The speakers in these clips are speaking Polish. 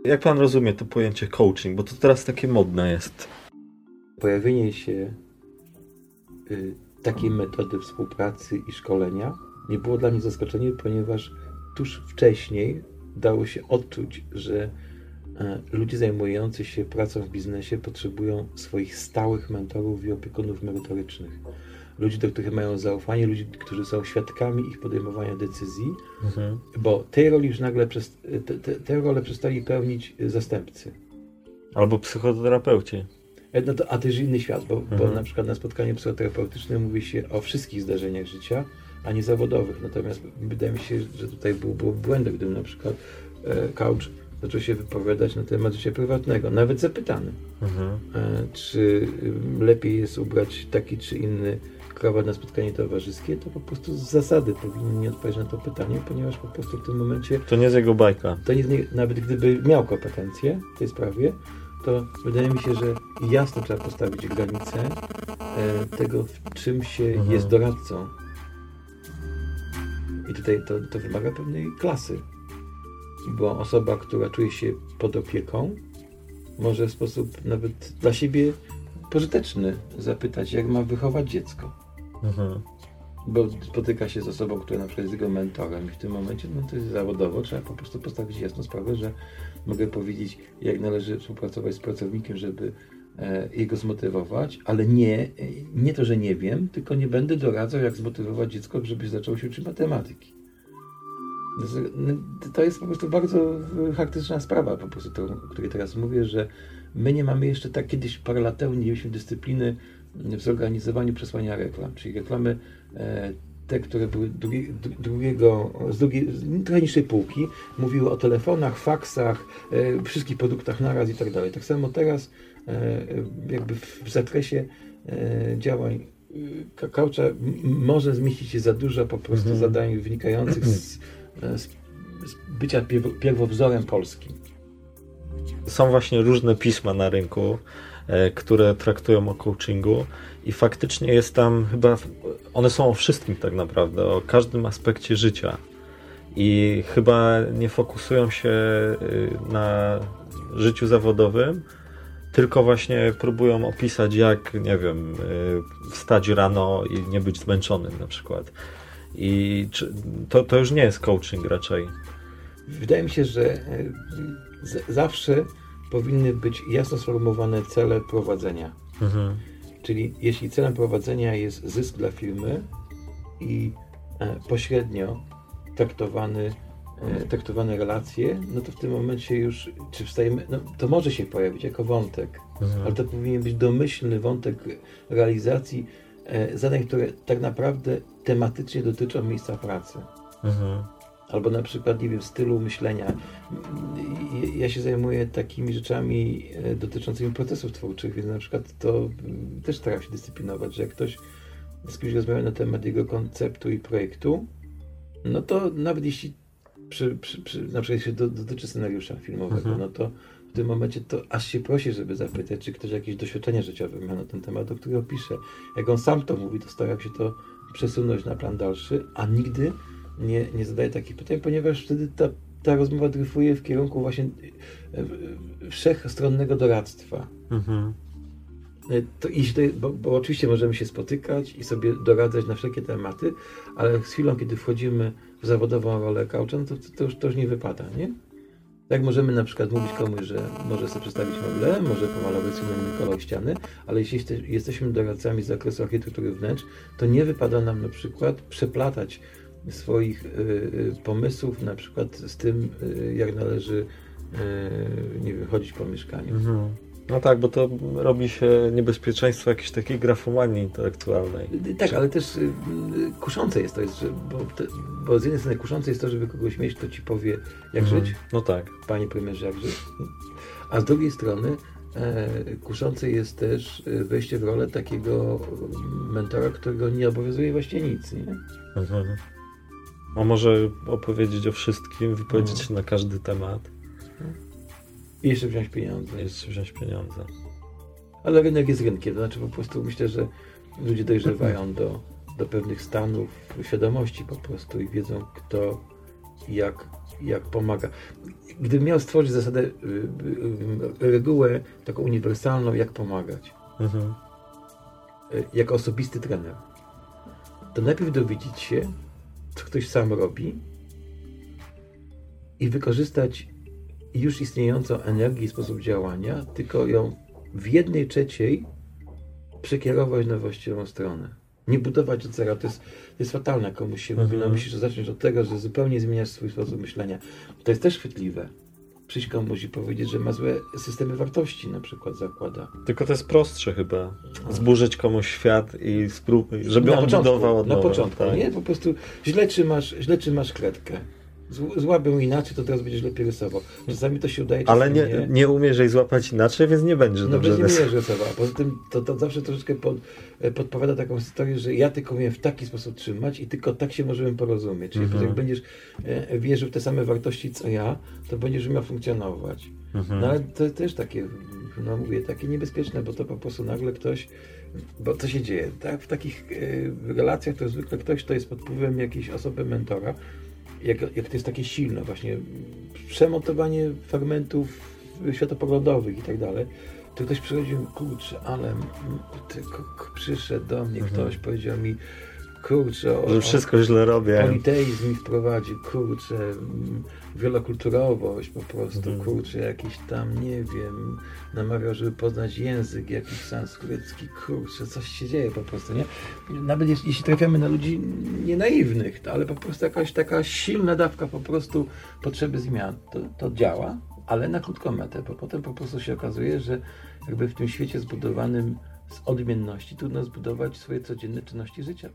Jak pan rozumie to pojęcie coaching? Bo to teraz takie modne jest. Pojawienie się takiej metody współpracy i szkolenia nie było dla mnie zaskoczeniem, ponieważ tuż wcześniej dało się odczuć, że ludzie zajmujący się pracą w biznesie potrzebują swoich stałych mentorów i opiekunów merytorycznych. Ludzi, do których mają zaufanie, ludzi, którzy są świadkami ich podejmowania decyzji, bo tej roli już nagle tę rolę przestali pełnić zastępcy. Albo psychoterapeuci. No to, a to jest inny świat, bo na przykład na spotkaniu psychoterapeutycznym mówi się o wszystkich zdarzeniach życia, a nie zawodowych. Natomiast wydaje mi się, że tutaj był błędem, gdybym na przykład coach zaczął się wypowiadać na temat życia prywatnego, nawet zapytany, czy lepiej jest ubrać taki czy inny krawat na spotkanie towarzyskie, to po prostu z zasady powinien nie odpowiedzieć na to pytanie, ponieważ po prostu w tym momencie... To nie jest jego bajka. To nie, nawet gdyby miał kompetencje w tej sprawie, to wydaje mi się, że jasno trzeba postawić granicę tego, w czym się jest doradcą. I tutaj to wymaga pewnej klasy. Bo osoba, która czuje się pod opieką, może w sposób nawet dla siebie pożyteczny zapytać, jak ma wychować dziecko. Bo spotyka się z osobą, która na przykład jest jego mentorem i w tym momencie, no to jest zawodowo, trzeba po prostu postawić jasną sprawę, że mogę powiedzieć, jak należy współpracować z pracownikiem, żeby jego zmotywować, ale nie to, że nie wiem, tylko nie będę doradzał, jak zmotywować dziecko, żeby zaczęło się uczyć matematyki. To jest po prostu bardzo charakterystyczna sprawa, po prostu o której teraz mówię, że my nie mamy jeszcze tak, kiedyś parę lat temu nie mieliśmy dyscypliny w zorganizowaniu przesłania reklam, czyli reklamy te, które były z trochę niższej półki, mówiły o telefonach, faksach, wszystkich produktach naraz i tak dalej. Tak samo teraz jakby w zakresie działań coacha może zmieścić się za dużo po prostu zadań wynikających z bycia pierwowzorem polskim. Są właśnie różne pisma na rynku, które traktują o coachingu i faktycznie jest tam chyba, one są o wszystkim tak naprawdę, o każdym aspekcie życia i chyba nie fokusują się na życiu zawodowym, tylko właśnie próbują opisać, jak, nie wiem, wstać rano i nie być zmęczonym na przykład. I to już nie jest coaching raczej. Wydaje mi się, że zawsze powinny być jasno sformułowane cele prowadzenia. Czyli jeśli celem prowadzenia jest zysk dla firmy i pośrednio traktowane relacje, no to w tym momencie już, czy wstajemy, no to może się pojawić jako wątek, ale to powinien być domyślny wątek realizacji zadań, które tak naprawdę tematycznie dotyczą miejsca pracy. Albo na przykład, nie wiem, stylu myślenia. Ja się zajmuję takimi rzeczami dotyczącymi procesów twórczych, więc na przykład to też staram się dyscyplinować, że jak ktoś z kimś rozmawia na temat jego konceptu i projektu, no to nawet jeśli na przykład jeśli dotyczy scenariusza filmowego, no to w tym momencie to aż się prosi, żeby zapytać, czy ktoś jakieś doświadczenia życiowe ma na ten temat, o którym opisze. Jak on sam to mówi, to staram się to przesunąć na plan dalszy, a nigdy nie zadaję takich pytań, ponieważ wtedy ta rozmowa dryfuje w kierunku właśnie wszechstronnego doradztwa. Bo oczywiście możemy się spotykać i sobie doradzać na wszelkie tematy, ale z chwilą, kiedy wchodzimy w zawodową rolę coacha, no to już nie wypada, nie? Tak możemy na przykład mówić komuś, że może sobie przestawić meble, może pomalować inny kolor ściany, ale jeśli jesteśmy doradcami z zakresu architektury wnętrz, to nie wypada nam na przykład przeplatać swoich pomysłów na przykład z tym, jak należy nie wiem, chodzić po mieszkaniu. No tak, bo to robi się niebezpieczeństwo jakiejś takiej grafomanii intelektualnej. Tak, ale też kuszące jest to, bo z jednej strony kuszące jest to, żeby kogoś mieć, kto ci powie, jak żyć. No tak. Panie premierze, jak żyć. A z drugiej strony kuszące jest też wejście w rolę takiego mentora, którego nie obowiązuje właściwie nic, nie? A może opowiedzieć o wszystkim, wypowiedzieć się na każdy temat. I jeszcze wziąć pieniądze. Ale rynek jest rynkiem, to znaczy po prostu myślę, że ludzie dojrzewają do pewnych stanów świadomości po prostu i wiedzą, kto jak pomaga. Gdybym miał stworzyć zasadę, regułę taką uniwersalną, jak pomagać, jako osobisty trener, to najpierw dowiedzieć się, co ktoś sam robi i wykorzystać już istniejącą energię i sposób działania, tylko ją w 1/3 przekierować na właściwą stronę. Nie budować od zera. To jest fatalne. Komuś się mówi, no musisz zacząć od tego, że zupełnie zmieniasz swój sposób myślenia. To jest też chwytliwe. Przyjść komuś i powiedzieć, że ma złe systemy wartości na przykład zakłada. Tylko to jest prostsze chyba. Zburzyć komuś świat i żeby on budował od nowa. Na początku, tak? Nie? Po prostu źle trzymasz kredkę. Złapią inaczej, to teraz będziesz lepiej rysował. Czasami to się udaje, czasami ale nie umiesz jej złapać inaczej, więc nie będziesz dobrze rysował. Nie rysował. Poza tym to zawsze troszeczkę podpowiada taką historię, że ja tylko umiem w taki sposób trzymać i tylko tak się możemy porozumieć. Czyli jak będziesz wierzył w te same wartości co ja, to będziesz umiał funkcjonować. No ale to też takie, no mówię, takie niebezpieczne, bo to po prostu nagle ktoś, bo co się dzieje? Tak? W takich relacjach to zwykle ktoś, kto jest pod wpływem jakiejś osoby mentora, jak to jest takie silne właśnie przemontowanie fragmentów światopoglądowych i tak dalej, to ktoś przychodzi i mówi, kurczę, ale przyszedł do mnie ktoś, powiedział mi, kurczę, że wszystko źle robię. Politeizm mi wprowadził, kurczę, wielokulturowość po prostu, kurczę, jakiś tam, nie wiem, namawiał, żeby poznać język jakiś sanskrycki, kurczę, coś się dzieje po prostu, nie? Nawet jeśli trafiamy na ludzi nienaiwnych, ale po prostu jakaś taka silna dawka po prostu potrzeby zmian, to działa, ale na krótką metę, bo potem po prostu się okazuje, że jakby w tym świecie zbudowanym z odmienności trudno zbudować swoje codzienne czynności życia.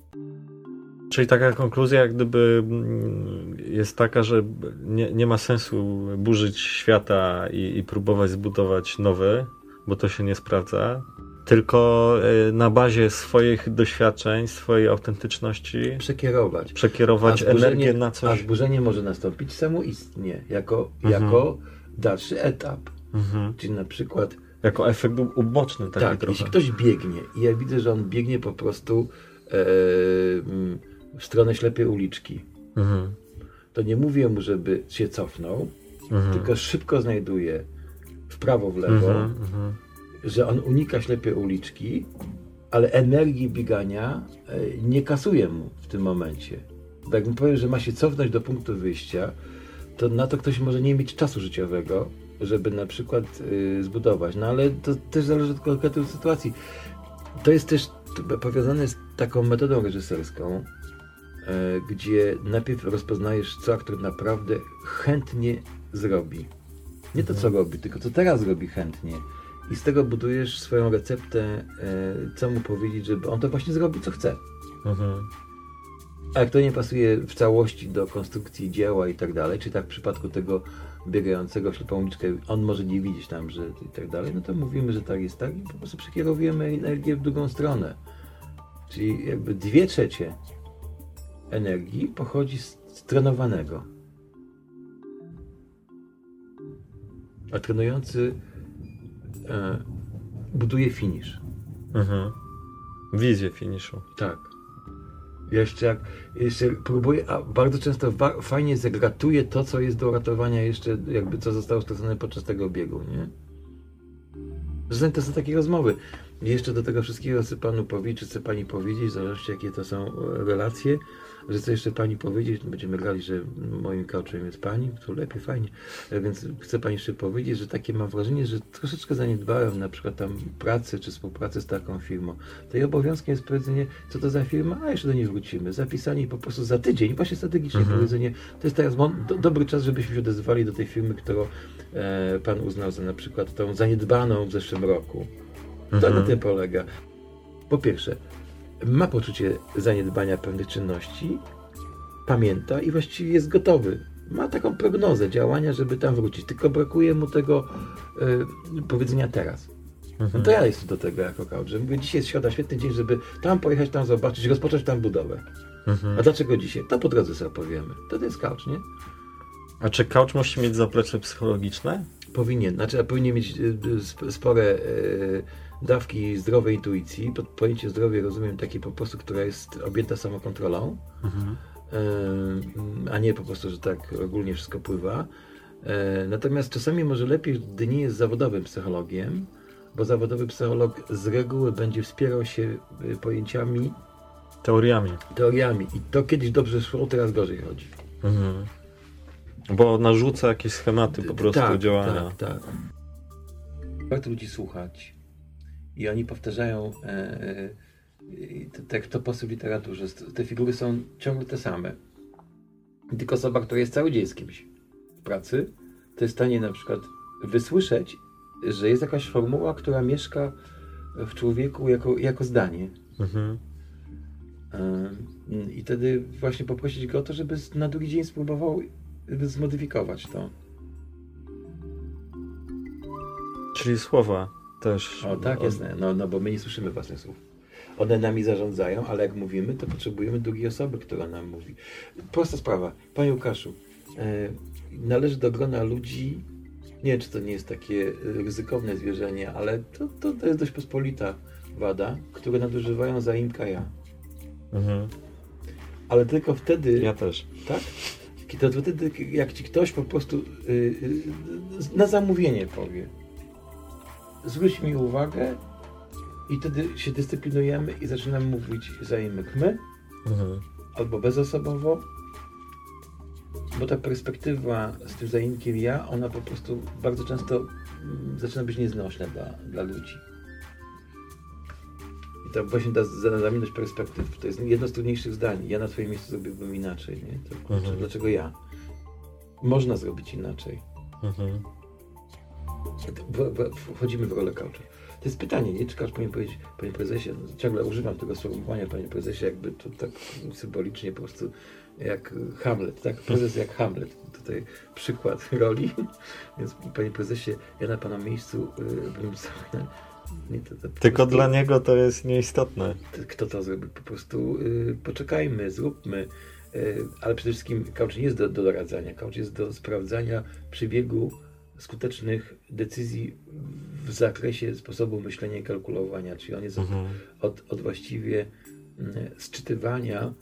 Czyli taka konkluzja jak gdyby jest taka, że nie ma sensu burzyć świata i próbować zbudować nowy, bo to się nie sprawdza, tylko na bazie swoich doświadczeń, swojej autentyczności przekierować energię na coś. A zburzenie może nastąpić samoistnie, jako dalszy etap. Czyli na przykład jako efekt uboczny taki tak, trochę. Jeśli ktoś biegnie i ja widzę, że on biegnie po prostu w stronę ślepej uliczki, to nie mówię mu, żeby się cofnął, tylko szybko znajduje w prawo, w lewo, że on unika ślepej uliczki, ale energii biegania nie kasuje mu w tym momencie. Bo jak mu powiem, że ma się cofnąć do punktu wyjścia, to na to ktoś może nie mieć czasu życiowego, żeby na przykład zbudować. No ale to też zależy od konkretnej sytuacji. To jest też powiązane z taką metodą reżyserską, gdzie najpierw rozpoznajesz, co aktor naprawdę chętnie zrobi. Nie to, co robi, tylko co teraz robi chętnie. I z tego budujesz swoją receptę, co mu powiedzieć, żeby on to właśnie zrobił, co chce. A jak to nie pasuje w całości do konstrukcji dzieła i tak dalej, czy tak w przypadku tego biegającego w ślepą uliczkę, on może nie widzieć tam, że i tak dalej, no to mówimy, że tak jest tak i po prostu przekierowujemy energię w drugą stronę. Czyli jakby 2/3 energii pochodzi z trenowanego. A trenujący buduje finisz. Wizję finiszu. Tak. Jeszcze próbuje, a bardzo często fajnie zagratuje to, co jest do uratowania jeszcze, jakby co zostało stracone podczas tego biegu, nie? Zresztą to są takie rozmowy. I jeszcze do tego wszystkiego chcę panu powiedzieć, czy chce pani powiedzieć, w zależności jakie to są relacje, że chce jeszcze pani powiedzieć, będziemy grali, że moim coachem jest pani, to lepiej, fajnie, więc chcę pani jeszcze powiedzieć, że takie mam wrażenie, że troszeczkę zaniedbałem na przykład tam pracę czy współpracę z taką firmą. To jej obowiązkiem jest powiedzenie, co to za firma, a jeszcze do niej wrócimy. Zapisanie po prostu za tydzień, właśnie strategicznie powiedzenie, to jest teraz dobry czas, żebyśmy się odezwali do tej firmy, którą pan uznał za na przykład tą zaniedbaną w zeszłym roku. To na tym polega. Po pierwsze, ma poczucie zaniedbania pewnych czynności, pamięta i właściwie jest gotowy. Ma taką prognozę działania, żeby tam wrócić. Tylko brakuje mu tego powiedzenia teraz. No to ja jestem do tego jako coach, że mówię, dzisiaj jest środa, świetny dzień, żeby tam pojechać, tam zobaczyć, rozpocząć tam budowę. A dlaczego dzisiaj? To po drodze sobie opowiemy. To jest coach, nie? A czy coach musi mieć zaplecze psychologiczne? Powinien. Znaczy, powinien mieć spore dawki zdrowej intuicji. Pod pojęcie zdrowie rozumiem takie po prostu, która jest objęta samokontrolą. a nie po prostu, że tak ogólnie wszystko pływa. Natomiast czasami może lepiej, gdy nie jest zawodowym psychologiem, bo zawodowy psycholog z reguły będzie wspierał się pojęciami, teoriami. I to kiedyś dobrze szło, teraz gorzej chodzi. Mhm. Bo narzuca jakieś schematy po prostu działania. Tak. Warto ludzi słuchać i oni powtarzają tak to posób w literaturze. Te figury są ciągle te same. Tylko osoba, która jest cały dzień z kimś w pracy, to jest w stanie na przykład wysłyszeć, że jest jakaś formuła, która mieszka w człowieku jako zdanie. Mhm. I wtedy właśnie poprosić go o to, żeby na drugi dzień spróbował zmodyfikować to. Czyli słowa też. O tak, jasne. No bo my nie słyszymy własnych słów. One nami zarządzają, ale jak mówimy, to potrzebujemy drugiej osoby, która nam mówi. Prosta sprawa. Panie Łukaszu, należy do grona ludzi, nie wiem, czy to nie jest takie ryzykowne zwierzenie, ale to jest dość pospolita wada, które nadużywają zaimka ja. Mhm. Ale tylko wtedy... Ja też. Tak? To wtedy, jak ci ktoś po prostu na zamówienie powie, zwróć mi uwagę i wtedy się dyscyplinujemy i zaczynamy mówić zaimek my, albo bezosobowo, bo ta perspektywa z tym zaimkiem ja, ona po prostu bardzo często zaczyna być nieznośna dla ludzi. I to właśnie ta zamienność perspektyw, to jest jedno z trudniejszych zdań. Ja na twoim miejscu zrobiłbym inaczej, nie? To, dlaczego ja? Można zrobić inaczej. Wchodzimy w rolę coacha. To jest pytanie, nie? Czy coach powinien powiedzieć, panie prezesie, ciągle używam tego sformułowania, panie prezesie, jakby to tak symbolicznie po prostu jak Hamlet, tak? Prezes jak Hamlet. Tutaj przykład roli. Więc panie prezesie, ja na pana miejscu bym sobie... Tylko prostu, dla niego to jest nieistotne. Kto to zrobi? Po prostu poczekajmy, zróbmy. Ale przede wszystkim coach nie jest do doradzania. Coach jest do sprawdzania przebiegu skutecznych decyzji w zakresie sposobu myślenia i kalkulowania. Czyli on jest od właściwie sczytywania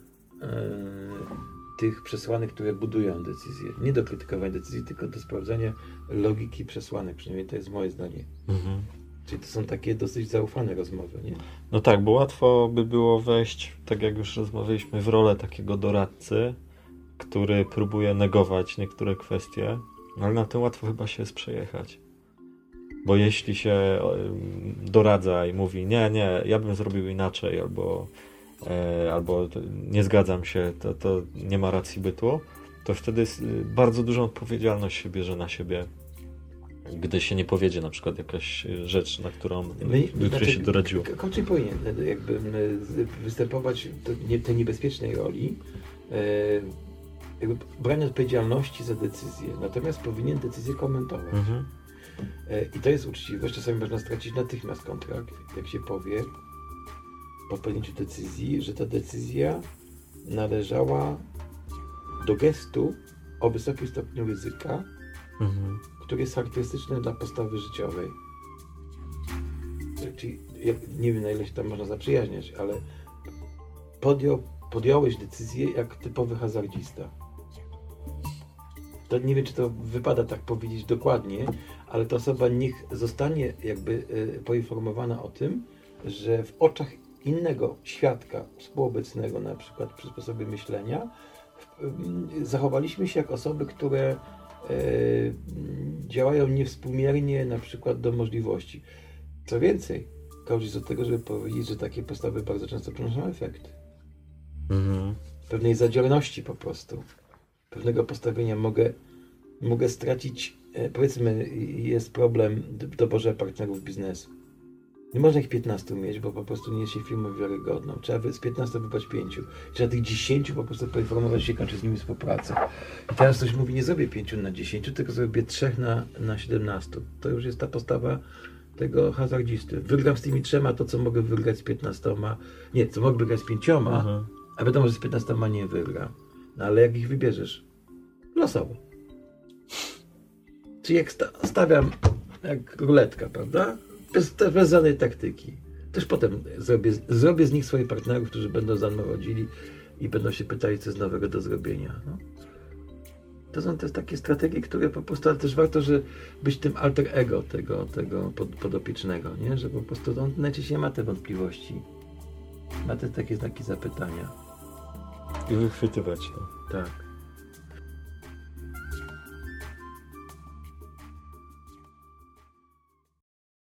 tych przesłanek, które budują decyzje. Nie do krytykowania decyzji, tylko do sprawdzania logiki przesłanek. Przynajmniej to jest moje zdanie. Czyli to są takie dosyć zaufane rozmowy, nie? No tak, bo łatwo by było wejść, tak jak już rozmawialiśmy, w rolę takiego doradcy, który próbuje negować niektóre kwestie, ale na tym łatwo chyba się jest przejechać. Bo jeśli się doradza i mówi, nie, ja bym zrobił inaczej, albo nie zgadzam się, to nie ma racji bytu, to wtedy bardzo dużą odpowiedzialność się bierze na siebie, gdy się nie powiedzie na przykład jakaś rzecz, na którą się doradziło. Coach nie powinien jakby występować w tej niebezpiecznej roli jakby brania odpowiedzialności za decyzję, natomiast powinien decyzję komentować. I to jest uczciwość. Czasami można stracić natychmiast kontrakt, jak się powie po podjęciu decyzji, że ta decyzja należała do gestu o wysokim stopniu ryzyka, który jest charakterystyczny dla postawy życiowej. Czyli, nie wiem, na ile się tam można zaprzyjaźniać, ale podjąłeś decyzję jak typowy hazardzista. To nie wiem, czy to wypada tak powiedzieć dokładnie, ale ta osoba niech zostanie jakby poinformowana o tym, że w oczach innego świadka współobecnego, na przykład przy sposobie myślenia, zachowaliśmy się jak osoby, które działają niewspółmiernie na przykład do możliwości. Co więcej, coach jest od tego, żeby powiedzieć, że takie postawy bardzo często przynoszą efekt. Pewnej zadziorności po prostu. Pewnego postawienia mogę stracić, powiedzmy, jest problem w doborze partnerów biznesu. Nie można ich 15 mieć, bo po prostu nie jest się firmą wiarygodną. Trzeba z 15 wybrać 5. Trzeba tych 10 po prostu poinformować się, kończy z nimi współpracę. I teraz ktoś mówi, nie zrobię 5 na 10, tylko zrobię 3 na 17. To już jest ta postawa tego hazardzisty. Wygram z tymi 3 to, co mogę wygrać z 15. Nie, co mogę wygrać z 5, a wiadomo, że z 15 nie wygram. No ale jak ich wybierzesz? Losowo. Czyli jak stawiam jak ruletka, prawda? Bez żadnej taktyki. Też potem zrobię z nich swoich partnerów, którzy będą za mną chodzili i będą się pytali, co jest nowego do zrobienia. No. To są też takie strategie, które po prostu, ale też warto, że być tym alter ego tego podopiecznego, nie? Że po prostu on najczęściej ma te wątpliwości, ma te takie znaki zapytania. I wychwytywać to. Tak.